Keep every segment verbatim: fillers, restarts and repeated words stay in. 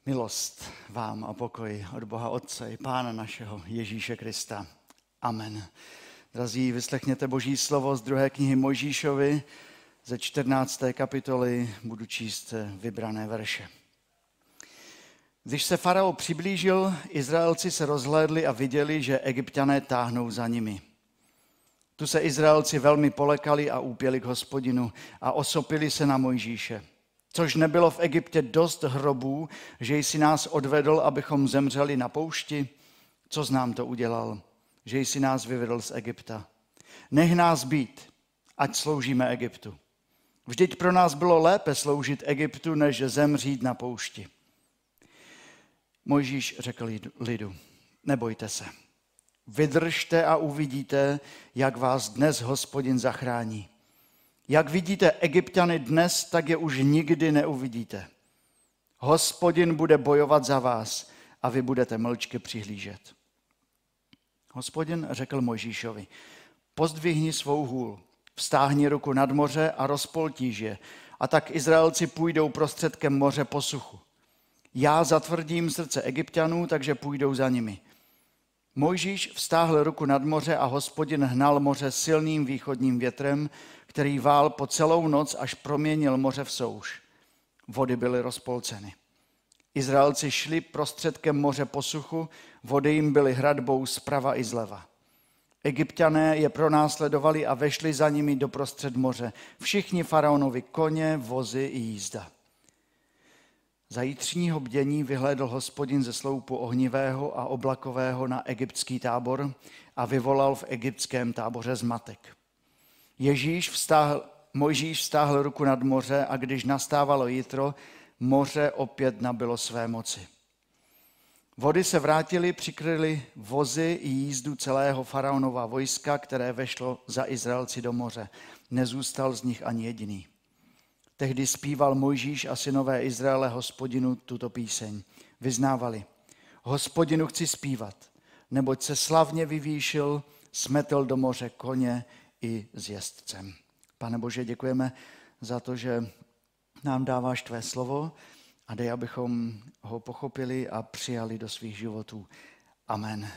Milost vám a pokoj od Boha Otce i Pána našeho Ježíše Krista. Amen. Drazí, vyslechněte Boží slovo z druhé knihy Mojžíšovi ze čtrnácté kapitoly, budu číst vybrané verše. Když se farao přiblížil, Izraelci se rozhlédli a viděli, že Egypťané táhnou za nimi. Tu se Izraelci velmi polekali a úpěli k Hospodinu a osopili se na Mojžíše. Což nebylo v Egyptě dost hrobů, že jsi nás odvedl, abychom zemřeli na poušti? Co jsi nám to udělal, že jsi nás vyvedl z Egypta? Nech nás být, ať sloužíme Egyptu. Vždyť pro nás bylo lépe sloužit Egyptu, než zemřít na poušti. Mojžíš řekl lidu, nebojte se, vydržte a uvidíte, jak vás dnes Hospodin zachrání. Jak vidíte Egypťany dnes, tak je už nikdy neuvidíte. Hospodin bude bojovat za vás a vy budete mlčky přihlížet. Hospodin řekl Mojžíšovi, pozdvihni svou hůl, vztáhni ruku nad moře a rozpoltíž je, a tak Izraelci půjdou prostředkem moře po suchu. Já zatvrdím srdce Egypťanů, takže půjdou za nimi. Mojžíš vztáhl ruku nad moře a Hospodin hnal moře silným východním větrem, který vál po celou noc, až proměnil moře v souš. Vody byly rozpolceny. Izraelci šli prostředkem moře po suchu, vody jim byly hradbou zprava i zleva. Egypťané je pronásledovali a vešli za nimi doprostřed moře. Všichni faraonovi koně, vozy i jízda. Za jitřního bdění vyhlédl Hospodin ze sloupu ohnivého a oblakového na egyptský tábor a vyvolal v egyptském táboře zmatek. Ježíš vztáhl, Mojžíš vztáhl ruku nad moře a když nastávalo jitro, moře opět nabylo své moci. Vody se vrátily, přikryly vozy i jízdu celého faraonova vojska, které vešlo za Izraelci do moře. Nezůstal z nich ani jediný. Tehdy zpíval Mojžíš a synové Izraele Hospodinu tuto píseň. Vyznávali, Hospodinu chci zpívat, neboť se slavně vyvýšil, smetl do moře koně i s jezdcem. Pane Bože, děkujeme za to, že nám dáváš tvé slovo a dej, abychom ho pochopili a přijali do svých životů. Amen.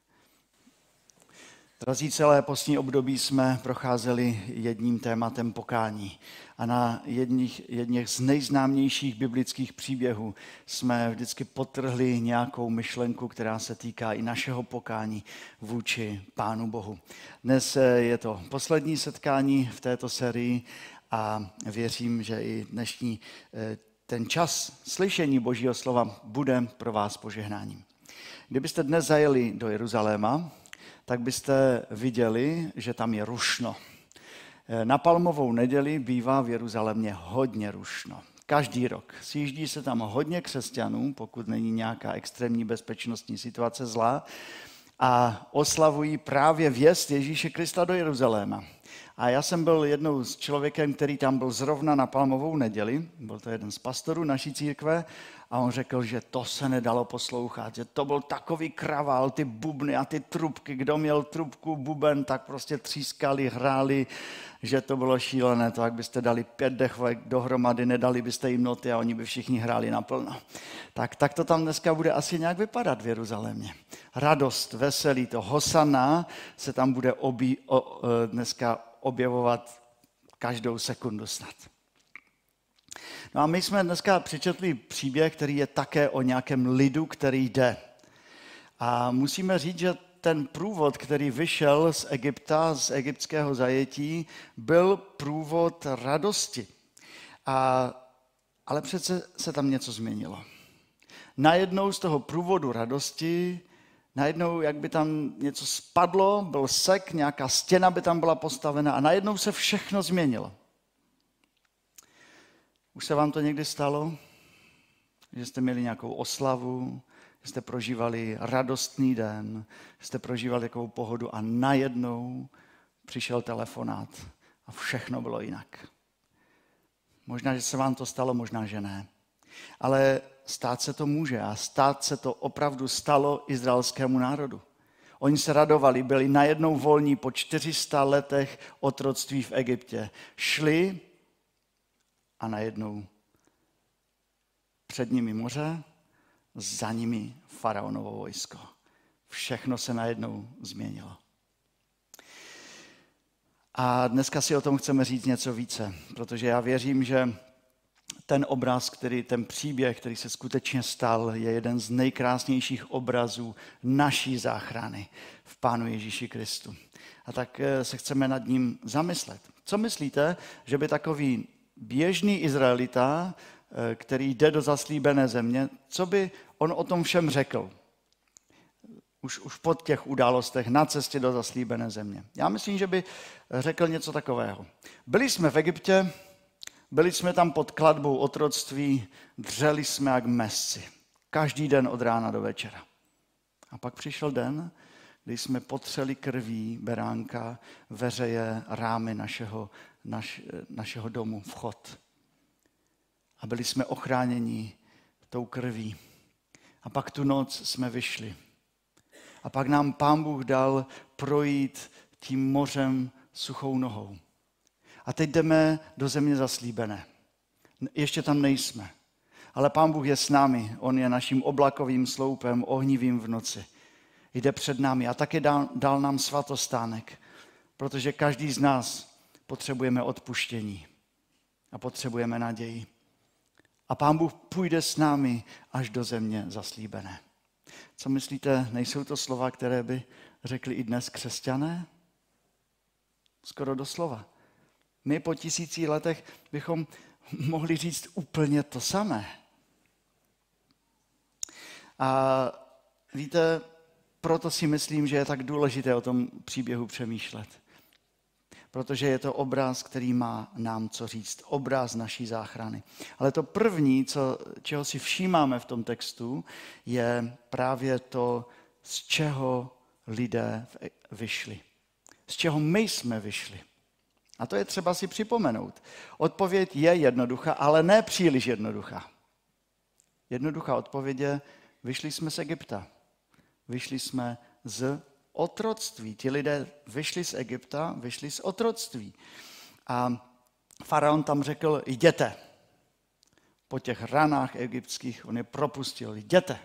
Drazí, celé postní období jsme procházeli jedním tématem pokání. A na jedních, jedných z nejznámějších biblických příběhů jsme vždycky podtrhli nějakou myšlenku, která se týká i našeho pokání vůči Pánu Bohu. Dnes je to poslední setkání v této sérii a věřím, že i dnešní ten čas slyšení Božího slova bude pro vás požehnáním. Kdybyste dnes zajeli do Jeruzaléma, tak byste viděli, že tam je rušno. Na Palmovou neděli bývá v Jeruzalémě hodně rušno. Každý rok. Sjíždí se tam hodně křesťanů, pokud není nějaká extrémní bezpečnostní situace zlá, a oslavují právě vjezd Ježíše Krista do Jeruzaléma. A já jsem byl jednou s člověkem, který tam byl zrovna na Palmovou neděli, byl to jeden z pastorů naší církve, a on řekl, že to se nedalo poslouchat, že to byl takový kravál, ty bubny a ty trubky, kdo měl trubku, buben, tak prostě třískali, hráli, že to bylo šílené, to jak byste dali pět dechovek dohromady, nedali byste jim noty a oni by všichni hráli naplno. Tak, tak to tam dneska bude asi nějak vypadat v Jeruzalémě. Radost, veselí, to hosanna se tam bude obí, o, o, dneska objevovat každou sekundu snad. No a my jsme dneska přečetli příběh, který je také o nějakém lidu, který jde. A musíme říct, že ten průvod, který vyšel z Egypta, z egyptského zajetí, byl průvod radosti. A, ale přece se tam něco změnilo. Najednou z toho průvodu radosti, najednou jak by tam něco spadlo, byl sek, nějaká stěna by tam byla postavena a najednou se všechno změnilo. Už se vám to někdy stalo, že jste měli nějakou oslavu, že jste prožívali radostný den, že jste prožívali takovou pohodu a najednou přišel telefonát a všechno bylo jinak. Možná, že se vám to stalo, možná, že ne. Ale stát se to může a stát se to opravdu stalo izraelskému národu. Oni se radovali, byli najednou volní po čtyři sta letech otroctví v Egyptě. Šli a najednou před nimi moře za nimi faraonovo vojsko. Všechno se najednou změnilo. A dneska si o tom chceme říct něco více, protože já věřím, že ten obraz, který, ten příběh, který se skutečně stal, je jeden z nejkrásnějších obrazů naší záchrany v Pánu Ježíši Kristu. A tak se chceme nad ním zamyslet. Co myslíte, že by takový běžný Izraelita, který jde do zaslíbené země, co by on o tom všem řekl? Už, už po těch událostech na cestě do zaslíbené země. Já myslím, že by řekl něco takového. Byli jsme v Egyptě, byli jsme tam pod klatbou otroctví, dřeli jsme jak mesci. Každý den od rána do večera. A pak přišel den, kdy jsme potřeli krví beránka veřeje rámy našeho, naš, našeho domu, vchod. A byli jsme ochráněni tou krví. A pak tu noc jsme vyšli. A pak nám Pán Bůh dal projít tím mořem suchou nohou. A teď jdeme do země zaslíbené. Ještě tam nejsme. Ale Pán Bůh je s námi. On je naším oblakovým sloupem, ohnivým v noci. Jde před námi a taky dal, dal nám svatostánek, protože každý z nás potřebujeme odpuštění a potřebujeme naději. A Pán Bůh půjde s námi až do země zaslíbené. Co myslíte, nejsou to slova, které by řekli i dnes křesťané? Skoro doslova. My po tisící letech bychom mohli říct úplně to samé. A víte, proto si myslím, že je tak důležité o tom příběhu přemýšlet. Protože je to obraz, který má nám co říct. Obraz naší záchrany. Ale to první, co, čeho si všímáme v tom textu, je právě to, z čeho lidé vyšli. Z čeho my jsme vyšli. A to je třeba si připomenout. Odpověď je jednoduchá, ale ne příliš jednoduchá. Jednoduchá odpověď je, vyšli jsme z Egypta. Vyšli jsme z otroctví. Ti lidé vyšli z Egypta, vyšli z otroctví. A faraon tam řekl, jděte. Po těch ranách egyptských on je propustil, jděte.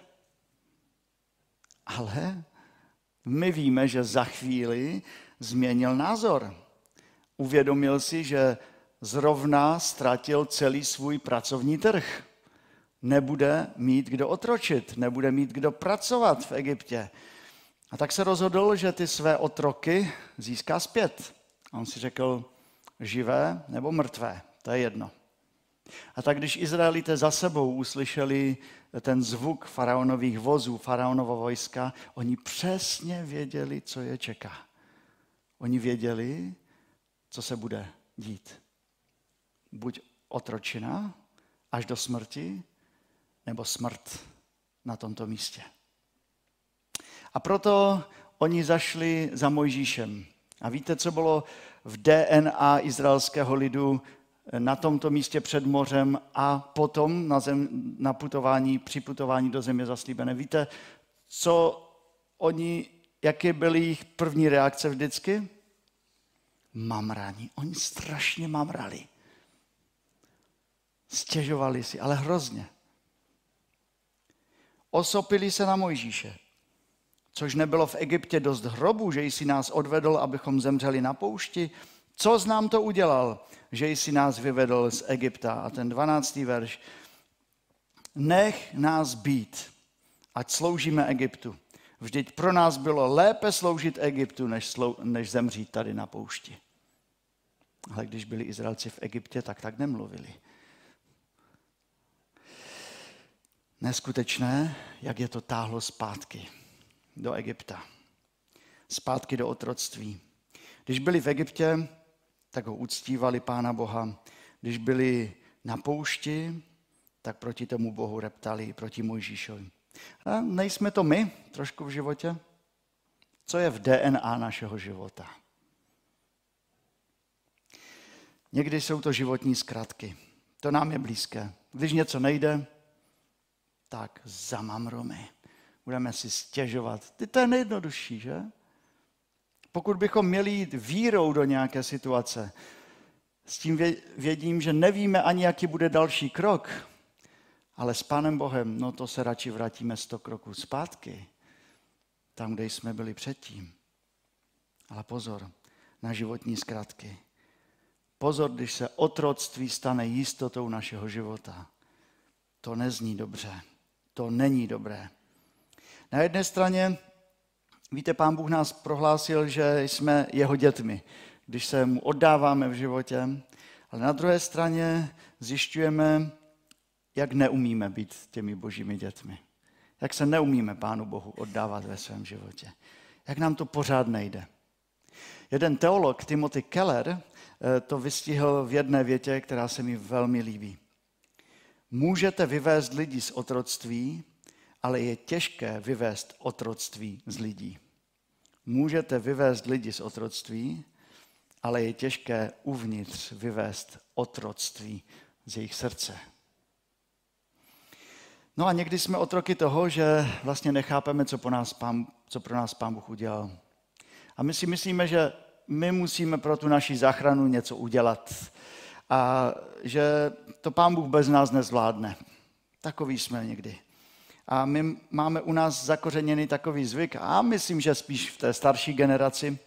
Ale my víme, že za chvíli změnil názor. Uvědomil si, že zrovna ztratil celý svůj pracovní trh. Nebude mít kdo otročit, nebude mít kdo pracovat v Egyptě. A tak se rozhodl, že ty své otroky získá zpět. A on si řekl, živé nebo mrtvé, to je jedno. A tak když Izraelité za sebou uslyšeli ten zvuk faraonových vozů, faraonovo vojska, oni přesně věděli, co je čeká. Oni věděli, co se bude dít. Buď otročina až do smrti, nebo smrt na tomto místě. A proto oni zašli za Mojžíšem. A víte, co bylo v D N A izraelského lidu na tomto místě před mořem a potom na, zem, na putování, při putování do země zaslíbené? Víte, co oni, jaké byly jejich první reakce vždycky? Mamrání. Oni strašně mamrali. Stěžovali si, ale hrozně. Osopili se na Mojžíše. Což nebylo v Egyptě dost hrobů, že jsi nás odvedl, abychom zemřeli na poušti. Co jsi nám to udělal, že jsi nás vyvedl z Egypta? A ten dvanáctý verš. Nech nás být, ať sloužíme Egyptu. Vždyť pro nás bylo lépe sloužit Egyptu, než, slou, než zemřít tady na poušti. Ale když byli Izraelci v Egyptě, tak tak nemluvili. Neskutečné, jak je to táhlo zpátky do Egypta. Zpátky do otroctví. Když byli v Egyptě, tak ho uctívali Pána Boha. Když byli na poušti, tak proti tomu Bohu reptali, proti Mojžíšovi. A nejsme to my trošku v životě? Co je v D N A našeho života? Někdy jsou to životní zkratky. To nám je blízké. Když něco nejde, tak zamamromy. Budeme si stěžovat. To je nejjednodušší, že? Pokud bychom měli jít vírou do nějaké situace, s tím vědím, že nevíme ani, jaký bude další krok, Ale s Pánem Bohem, no to se radši vrátíme sto kroků zpátky, tam, kde jsme byli předtím. Ale pozor na životní zkratky. Pozor, když se otroctví stane jistotou našeho života. To nezní dobře. To není dobré. Na jedné straně, víte, Pán Bůh nás prohlásil, že jsme jeho dětmi, když se mu oddáváme v životě, ale na druhé straně zjišťujeme, jak neumíme být těmi božími dětmi. Jak se neumíme Pánu Bohu oddávat ve svém životě. Jak nám to pořád nejde. Jeden teolog, Timothy Keller, to vystihl v jedné větě, která se mi velmi líbí. Můžete vyvést lidi z otroctví, ale je těžké vyvést otroctví z lidí. Můžete vyvést lidi z otroctví, ale je těžké uvnitř vyvést otroctví z jejich srdce. No a někdy jsme otroky toho, že vlastně nechápeme, co, po nás pán, co pro nás Pán Bůh udělal. A my si myslíme, že my musíme pro tu naši záchranu něco udělat a že to Pán Bůh bez nás nezvládne. Takový jsme někdy. A my máme u nás zakořeněný takový zvyk, a myslím, že spíš v té starší generaci,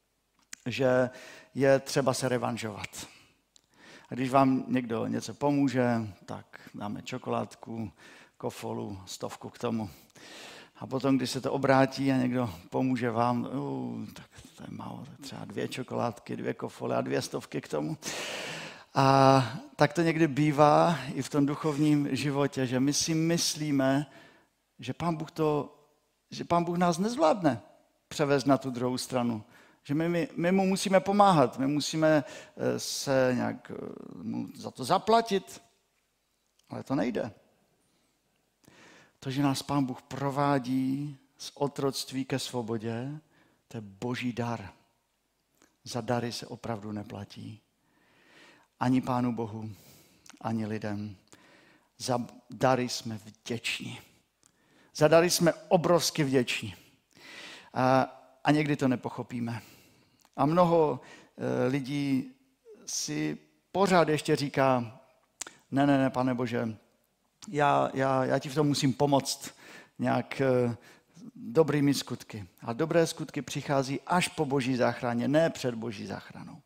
že je třeba se revanžovat. A když vám někdo něco pomůže, tak dáme čokoládku, kofolu, stovku k tomu. A potom, když se to obrátí a někdo pomůže vám, uh, tak to je málo, třeba dvě čokoládky, dvě kofoly a dvě stovky k tomu. A tak to někdy bývá i v tom duchovním životě, že my si myslíme, že Pán Bůh, to, že Pán Bůh nás nezvládne převést na tu druhou stranu. Že my, my, my mu musíme pomáhat, my musíme se nějak mu za to zaplatit, ale to nejde. To, že nás Pán Bůh provádí z otroctví ke svobodě, to je boží dar. Za dary se opravdu neplatí. Ani Pánu Bohu, ani lidem. Za dary jsme vděční. Za dary jsme obrovsky vděční. A, a někdy to nepochopíme. A mnoho e, lidí si pořád ještě říká, ne, ne, ne, Pane Bože, já, já, já ti v tom musím pomoct nějak e, dobrými skutky. A dobré skutky přichází až po boží záchraně, ne před boží záchranou.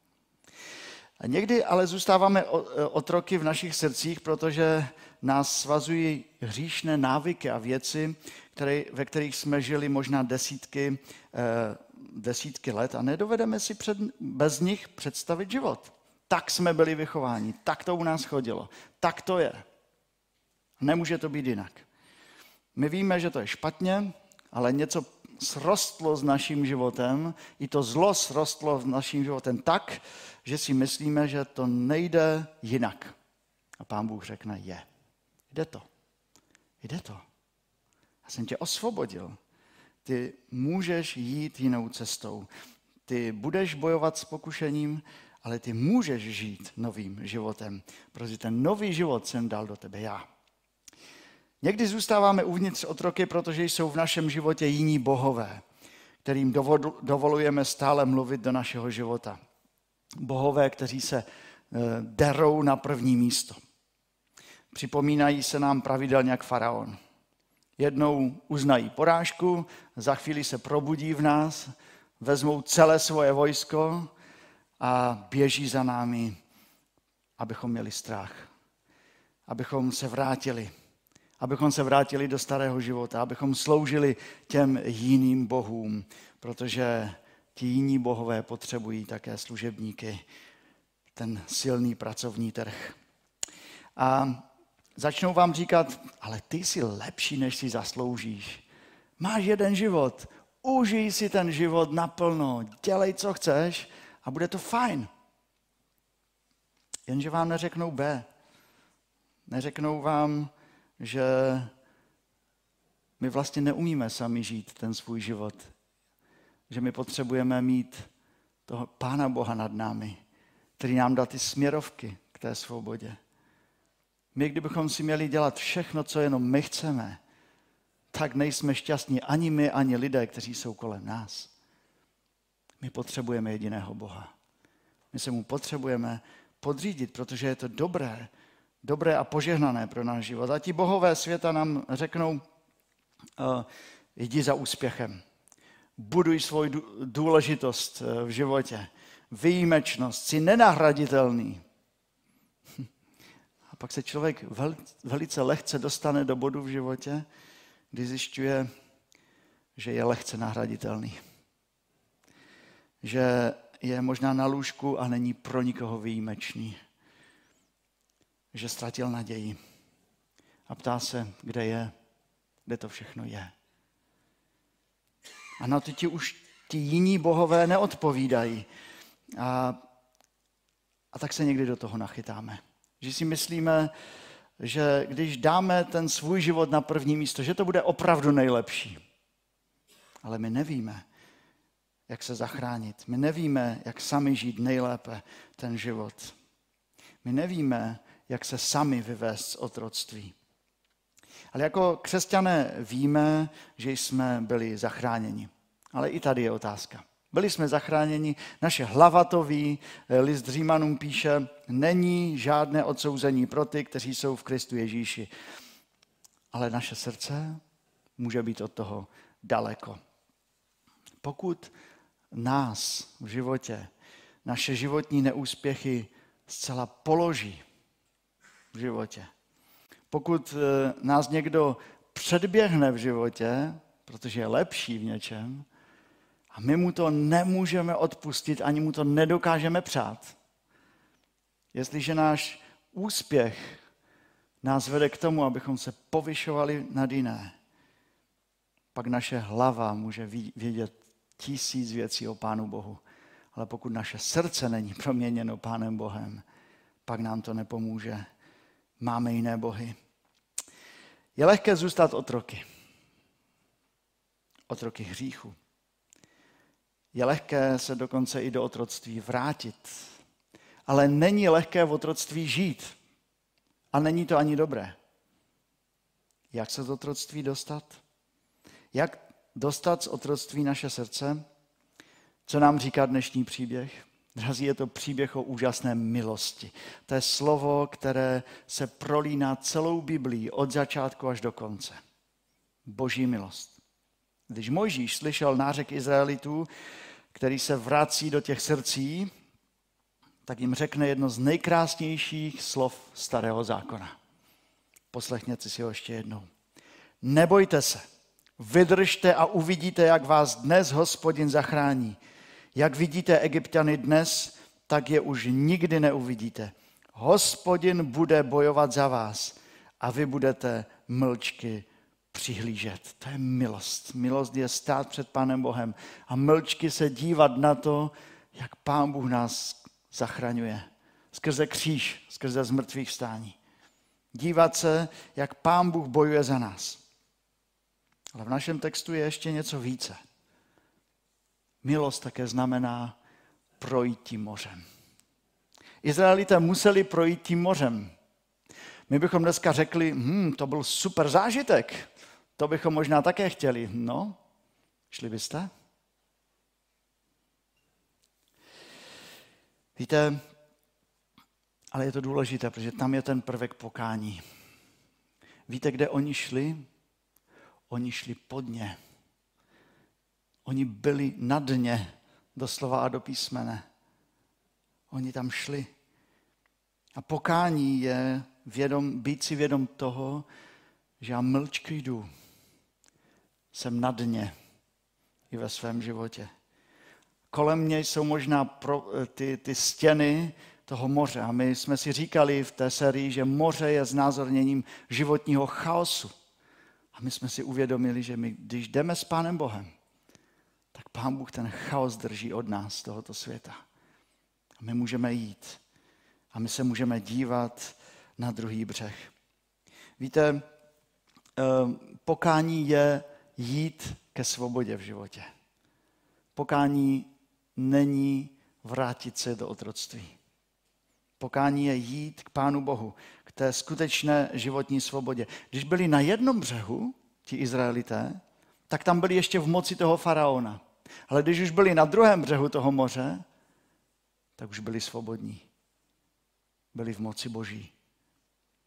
A někdy ale zůstáváme otroky v našich srdcích, protože nás svazují hříšné návyky a věci, které, ve kterých jsme žili možná desítky, eh, desítky let a nedovedeme si před, bez nich představit život. Tak jsme byli vychováni, tak to u nás chodilo, tak to je. Nemůže to být jinak. My víme, že to je špatně, ale něco srostlo s naším životem, i to zlo srostlo s naším životem tak, že si myslíme, že to nejde jinak. A Pán Bůh řekne, je. Jde to. Jde to. Já jsem tě osvobodil. Ty můžeš jít jinou cestou. Ty budeš bojovat s pokušením, ale ty můžeš žít novým životem, protože ten nový život jsem dal do tebe já. Někdy zůstáváme uvnitř otroky, protože jsou v našem životě jiní bohové, kterým dovolujeme stále mluvit do našeho života. Bohové, kteří se derou na první místo. Připomínají se nám pravidelně jak faraon. Jednou uznají porážku, za chvíli se probudí v nás, vezmou celé svoje vojsko a běží za námi, abychom měli strach. Abychom se vrátili. Abychom se vrátili do starého života, abychom sloužili těm jiným bohům, protože ti jiní bohové potřebují také služebníky, ten silný pracovní trh. A začnou vám říkat, ale ty jsi lepší, než si zasloužíš. Máš jeden život, užij si ten život naplno, dělej, co chceš a bude to fajn. Jenže vám neřeknou B. Neřeknou vám, že my vlastně neumíme sami žít ten svůj život. Že my potřebujeme mít toho Pána Boha nad námi, který nám dá ty směrovky k té svobodě. My, kdybychom si měli dělat všechno, co jenom my chceme, tak nejsme šťastní ani my, ani lidé, kteří jsou kolem nás. My potřebujeme jediného Boha. My se mu potřebujeme podřídit, protože je to dobré dobré a požehnané pro náš život. A ti bohové světa nám řeknou, uh, jdi za úspěchem. Buduj svoji důležitost v životě. Výjimečnost, jsi nenahraditelný. A pak se člověk vel, velice lehce dostane do bodu v životě, kdy zjišťuje, že je lehce nahraditelný. Že je možná na lůžku a není pro nikoho výjimečný. Že ztratil naději. A ptá se, kde je, kde to všechno je. A na to ti už ti jiní bohové neodpovídají. A, a tak se někdy do toho nachytáme. Že si myslíme, že když dáme ten svůj život na první místo, že to bude opravdu nejlepší. Ale my nevíme, jak se zachránit. My nevíme, jak sami žít nejlépe ten život. My nevíme, jak se sami vyvést z otroctví. Ale jako křesťané víme, že jsme byli zachráněni. Ale i tady je otázka. Byli jsme zachráněni, naše hlava to ví, list Římanům píše, není žádné odsouzení pro ty, kteří jsou v Kristu Ježíši. Ale naše srdce může být od toho daleko. Pokud nás v životě, naše životní neúspěchy zcela položí v životě, pokud nás někdo předběhne v životě, protože je lepší v něčem, a my mu to nemůžeme odpustit, ani mu to nedokážeme přát. Jestliže náš úspěch nás vede k tomu, abychom se povyšovali nad jiné, pak naše hlava může vědět tisíc věcí o Pánu Bohu. Ale pokud naše srdce není proměněno Pánem Bohem, pak nám to nepomůže. Máme jiné bohy. Je lehké zůstat otroky. Otroky hříchu. Je lehké se dokonce i do otroctví vrátit. Ale není lehké v otroctví žít. A není to ani dobré. Jak se z otroctví dostat? Jak dostat z otroctví naše srdce? Co nám říká dnešní příběh? Drazí, je to příběh o úžasné milosti. To je slovo, které se prolíná celou Biblii od začátku až do konce. Boží milost. Když Mojžíš slyšel nářek Izraelitů, který se vrací do těch srdcí, tak jim řekne jedno z nejkrásnějších slov Starého zákona. Poslechněte si ho ještě jednou. Nebojte se, vydržte a uvidíte, jak vás dnes Hospodin zachrání. Jak vidíte Egypťany dnes, tak je už nikdy neuvidíte. Hospodin bude bojovat za vás a vy budete mlčky přihlížet. To je milost. Milost je stát před Pánem Bohem a mlčky se dívat na to, jak Pán Bůh nás zachraňuje. Skrze kříž, skrze zmrtvých vstání. Dívat se, jak Pán Bůh bojuje za nás. Ale v našem textu je ještě něco více. Milost také znamená projít tím mořem. Izraelité museli projít tím mořem. My bychom dneska řekli, hm, to byl super zážitek, to bychom možná také chtěli. No, šli byste? Víte, ale je to důležité, protože tam je ten prvek pokání. Víte, kde oni šli? Oni šli pod ně. Oni byli na dně, doslova a do písmene. Oni tam šli. A pokání je vědom, být si vědom toho, že já mlčky jdu. Jsem na dně i ve svém životě. Kolem mě jsou možná pro, ty, ty stěny toho moře. A my jsme si říkali v té sérii, že moře je znázorněním životního chaosu. A my jsme si uvědomili, že my, když jdeme s Pánem Bohem, tak Pán Bůh ten chaos drží od nás, z tohoto světa. A my můžeme jít. A my se můžeme dívat na druhý břeh. Víte, pokání je jít ke svobodě v životě. Pokání není vrátit se do otroctví. Pokání je jít k Pánu Bohu, k té skutečné životní svobodě. Když byli na jednom břehu, ti Izraelité, tak tam byli ještě v moci toho faraona. Ale když už byli na druhém břehu toho moře, tak už byli svobodní. Byli v moci Boží.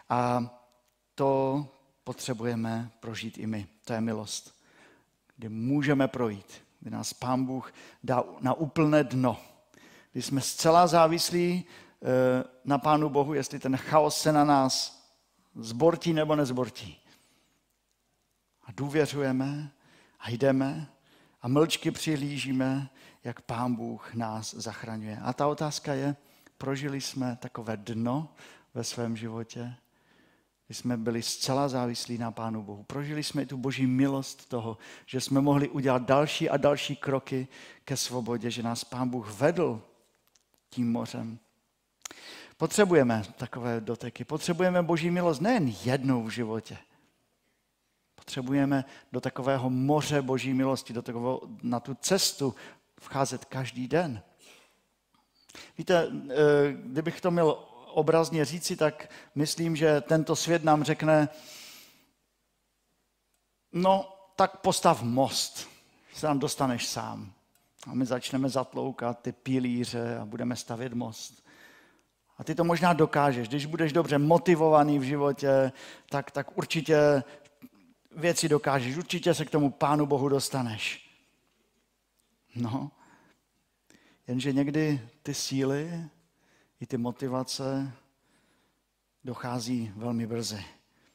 A to potřebujeme prožít i my. To je milost, kdy můžeme projít, kdy nás Pán Bůh dá na úplné dno. Kdy jsme zcela závislí na Pánu Bohu, jestli ten chaos se na nás zbortí nebo nezbortí. A důvěřujeme a jdeme a mlčky přihlížíme, jak Pán Bůh nás zachraňuje. A ta otázka je, prožili jsme takové dno ve svém životě, kdy jsme byli zcela závislí na Pánu Bohu. Prožili jsme tu boží milost toho, že jsme mohli udělat další a další kroky ke svobodě, že nás Pán Bůh vedl tím mořem. Potřebujeme takové doteky, potřebujeme boží milost nejen jednou v životě. Potřebujeme do takového moře boží milosti, do takového, na tu cestu vcházet každý den. Víte, kdybych to měl obrazně říci, tak myslím, že tento svět nám řekne, no tak postav most, se tam dostaneš sám. A my začneme zatloukat ty pilíře a budeme stavět most. A ty to možná dokážeš, když budeš dobře motivovaný v životě, tak, tak určitě věci dokážeš, určitě se k tomu Pánu Bohu dostaneš. No, jenže někdy ty síly i ty motivace dochází velmi brzy.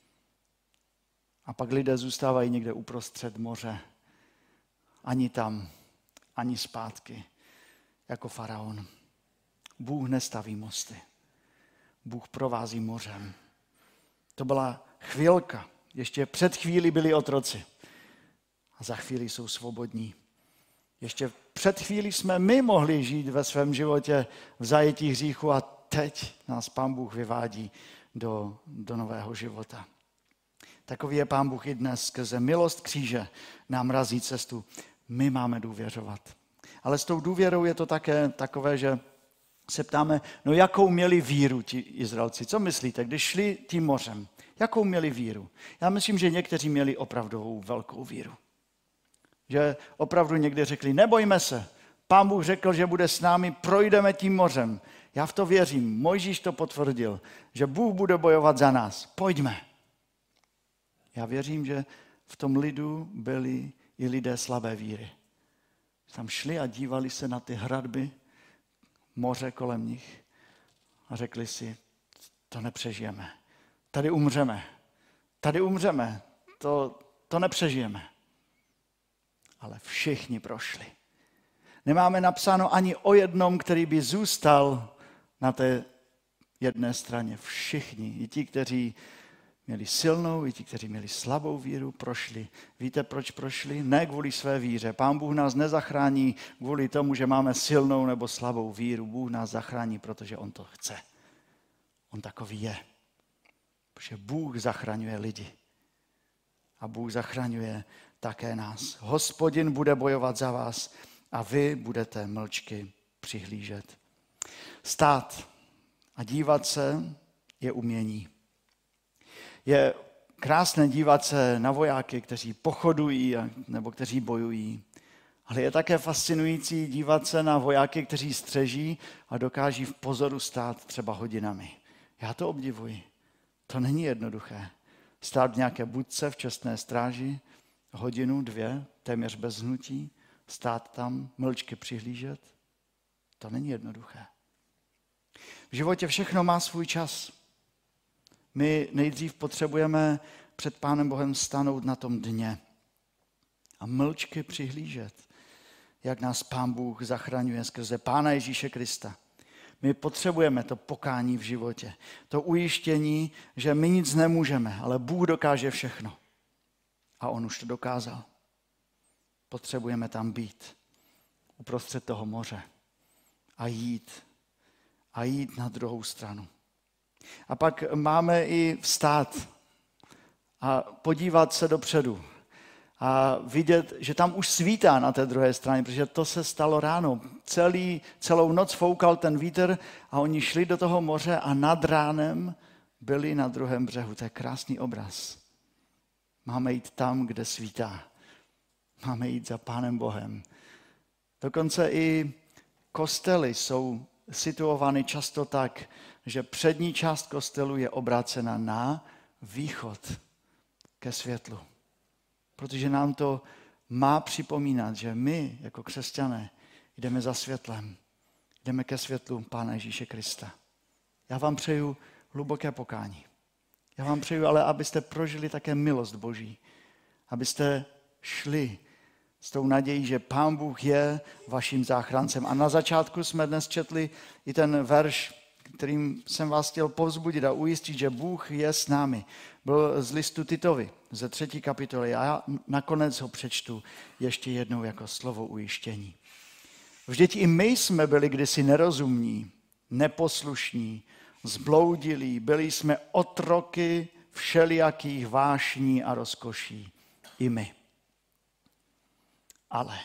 A pak lidé zůstávají někde uprostřed moře. Ani tam, ani zpátky, jako faraon. Bůh nestaví mosty. Bůh provází mořem. To byla chvilka. Ještě před chvíli byli otroci. A za chvíli jsou svobodní. Ještě před chvíli jsme my mohli žít ve svém životě v zajetí hříchu a teď nás Pán Bůh vyvádí do, do nového života. Takový je Pán Bůh i dnes. Skrze milost kříže nám razí cestu. My máme důvěřovat. Ale s tou důvěrou je to také takové, že se ptáme, no jakou měli víru ti Izraelci? Co myslíte, když šli tím mořem? Jakou měli víru? Já myslím, že někteří měli opravdovou velkou víru. Že opravdu někdy řekli, nebojme se, Pán Bůh řekl, že bude s námi, projdeme tím mořem. Já v to věřím, Mojžíš to potvrdil, že Bůh bude bojovat za nás. Pojďme. Já věřím, že v tom lidu byli i lidé slabé víry. Tam šli a dívali se na ty hradby, moře kolem nich a řekli si, to nepřežijeme. Tady umřeme. Tady umřeme. To, to nepřežijeme. Ale všichni prošli. Nemáme napsáno ani o jednom, který by zůstal na té jedné straně. Všichni, i ti, kteří měli silnou, i ti, kteří měli slabou víru, prošli. Víte, proč prošli? Ne kvůli své víře. Pán Bůh nás nezachrání kvůli tomu, že máme silnou nebo slabou víru. Bůh nás zachrání, protože on to chce. On takový je. Protože Bůh zachraňuje lidi. A Bůh zachraňuje také nás. Hospodin bude bojovat za vás a vy budete mlčky přihlížet. Stát a dívat se je umění. Je krásné dívat se na vojáky, kteří pochodují nebo kteří bojují. Ale je také fascinující dívat se na vojáky, kteří střeží a dokáží v pozoru stát třeba hodinami. Já to obdivuji. To není jednoduché. Stát v nějaké budce v čestné stráži, hodinu, dvě, téměř bez hnutí, stát tam, mlčky přihlížet. To není jednoduché. V životě všechno má svůj čas. My nejdřív potřebujeme před Pánem Bohem stanout na tom dně a mlčky přihlížet, jak nás Pán Bůh zachraňuje skrze Pána Ježíše Krista. My potřebujeme to pokání v životě, to ujištění, že my nic nemůžeme, ale Bůh dokáže všechno. A on už to dokázal. Potřebujeme tam být, uprostřed toho moře a jít. A jít na druhou stranu. A pak máme i vstát a podívat se dopředu a vidět, že tam už svítá na té druhé straně, protože to se stalo ráno. Celý, celou noc foukal ten vítr a oni šli do toho moře a nad ránem byli na druhém břehu. To je krásný obraz. Máme jít tam, kde svítá. Máme jít za Pánem Bohem. Dokonce i kostely jsou situovány často tak, že přední část kostelu je obrácena na východ ke světlu. Protože nám to má připomínat, že my jako křesťané jdeme za světlem. Jdeme ke světlu Pána Ježíše Krista. Já vám přeju hluboké pokání. Já vám přeju ale, abyste prožili také milost Boží. Abyste šli s tou nadějí, že Pán Bůh je vaším záchrancem. A na začátku jsme dnes četli i ten verš, kterým jsem vás chtěl povzbudit a ujistit, že Bůh je s námi. Byl z listu Titovi, ze třetí kapitoly. A já nakonec ho přečtu ještě jednou jako slovo ujištění. Vždyť i my jsme byli kdysi nerozumní, neposlušní, zbloudilí, byli jsme otroky všelijakých vášní a rozkoší. I my. Ale,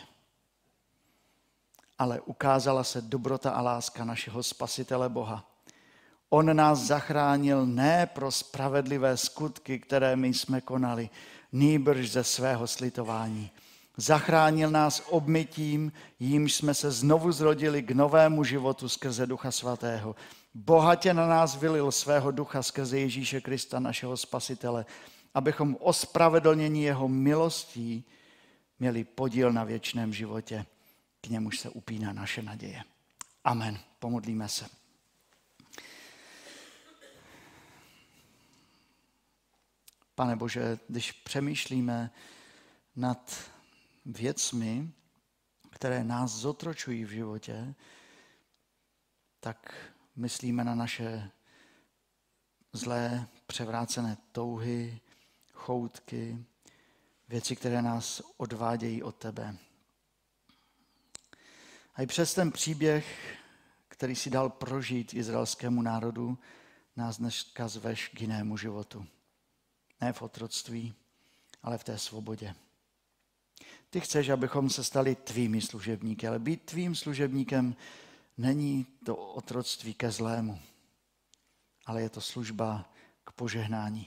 ale ukázala se dobrota a láska našeho Spasitele Boha. On nás zachránil ne pro spravedlivé skutky, které my jsme konali, nýbrž ze svého slitování. Zachránil nás obmytím, jímž jsme se znovu zrodili k novému životu skrze Ducha Svatého. Bohatě na nás vylil svého ducha skrze Ježíše Krista, našeho Spasitele, abychom ospravedlnění jeho milostí měli podíl na věčném životě. K němuž se upíná naše naděje. Amen. Pomodlíme se. Pane Bože, když přemýšlíme nad věcmi, které nás zotročují v životě, tak myslíme na naše zlé, převrácené touhy, choutky, věci, které nás odvádějí od tebe. A i přes ten příběh, který si dal prožít izraelskému národu, nás dneska zveš k jinému životu. Ne v otroctví, ale v té svobodě. Ty chceš, abychom se stali tvými služebníky, ale být tvým služebníkem není to otroctví ke zlému, ale je to služba k požehnání.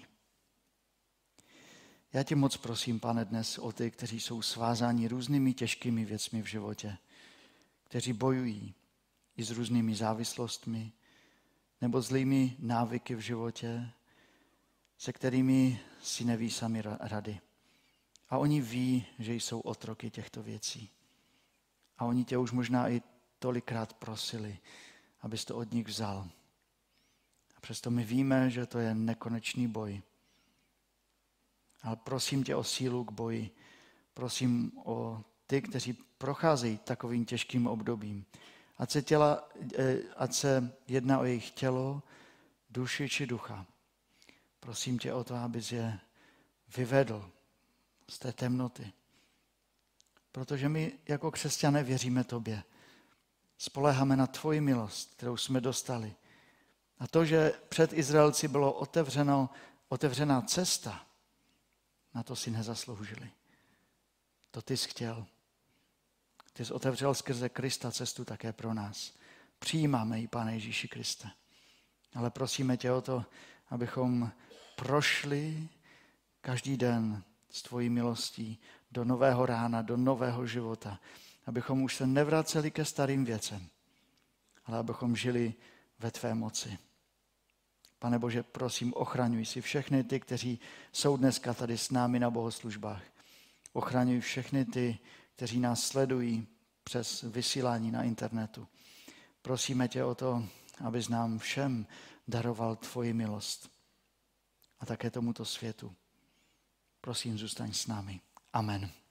Já tě moc prosím, Pane, dnes o ty, kteří jsou svázáni různými těžkými věcmi v životě, kteří bojují i s různými závislostmi nebo zlými návyky v životě, se kterými si neví sami rady. A oni ví, že jsou otroky těchto věcí. A oni tě už možná i tolikrát prosili, abys to od nich vzal. A přesto my víme, že to je nekonečný boj. Ale prosím tě o sílu k boji. Prosím o ty, kteří procházejí takovým těžkým obdobím. Ať se, těla, ať se jedná o jejich tělo, duši či ducha. Prosím tě o to, abys je vyvedl z té temnoty. Protože my jako křesťané věříme tobě. Spoléháme na tvoji milost, kterou jsme dostali. A to, že před Izraelci bylo otevřeno, otevřená cesta, na to si nezasloužili. To ty jsi chtěl. Ty jsi otevřel skrze Krista cestu také pro nás. Přijímáme ji, Pane Ježíši Kriste. Ale prosíme tě o to, abychom prošli každý den s tvojí milostí do nového rána, do nového života. Abychom už se nevraceli ke starým věcem, ale abychom žili ve tvé moci. Pane Bože, prosím, ochraňuj si všechny ty, kteří jsou dneska tady s námi na bohoslužbách. Ochraňuj všechny ty, kteří nás sledují přes vysílání na internetu. Prosíme tě o to, abys nám všem daroval tvoji milost a také tomuto světu. Prosím, zůstaň s námi. Amen.